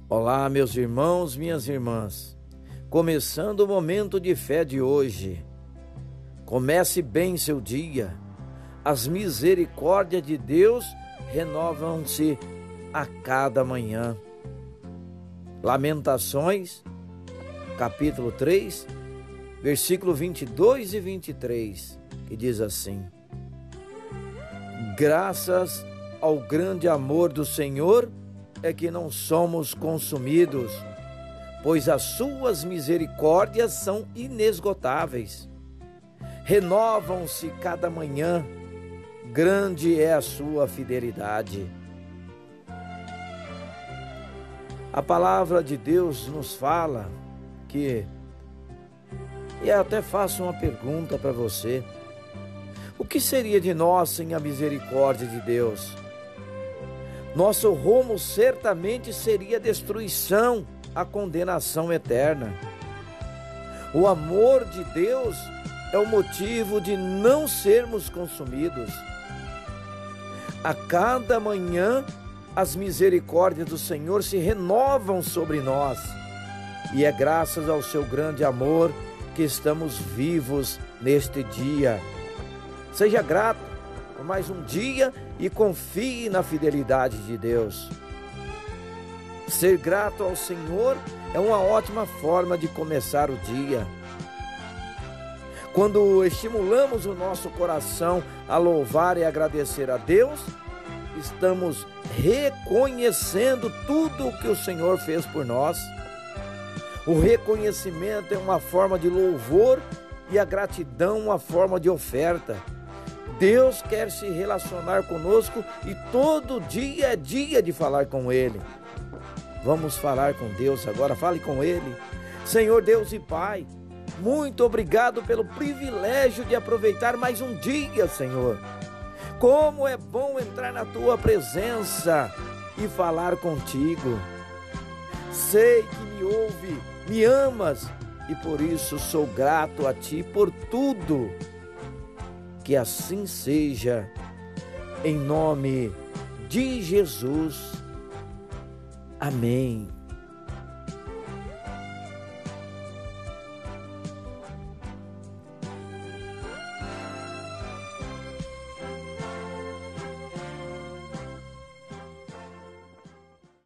Olá, meus irmãos, minhas irmãs. Começando o momento de fé de hoje. Comece bem seu dia. As misericórdias de Deus renovam-se a cada manhã. Lamentações, capítulo 3, versículo 22 e 23, que diz assim: Graças ao grande amor do Senhor é que não somos consumidos, pois as suas misericórdias são inesgotáveis. Renovam-se cada manhã, grande é a sua fidelidade. A palavra de Deus nos fala que, e eu até faço uma pergunta para você: o que seria de nós sem a misericórdia de Deus? Nosso rumo certamente seria a destruição, a condenação eterna. O amor de Deus é o motivo de não sermos consumidos. A cada manhã, as misericórdias do Senhor se renovam sobre nós, e é graças ao seu grande amor que estamos vivos neste dia. Seja grato por mais um dia e confie na fidelidade de Deus. Ser grato ao Senhor é uma ótima forma de começar o dia. Quando estimulamos o nosso coração a louvar e agradecer a Deus, estamos reconhecendo tudo o que o Senhor fez por nós. O reconhecimento é uma forma de louvor e a gratidão uma forma de oferta. Deus quer se relacionar conosco e todo dia é dia de falar com Ele. Vamos falar com Deus agora, fale com Ele. Senhor Deus e Pai, muito obrigado pelo privilégio de aproveitar mais um dia, Senhor. Como é bom entrar na Tua presença e falar contigo. Sei que me ouve, me amas e por isso sou grato a Ti por tudo. Que assim seja, em nome de Jesus. Amém.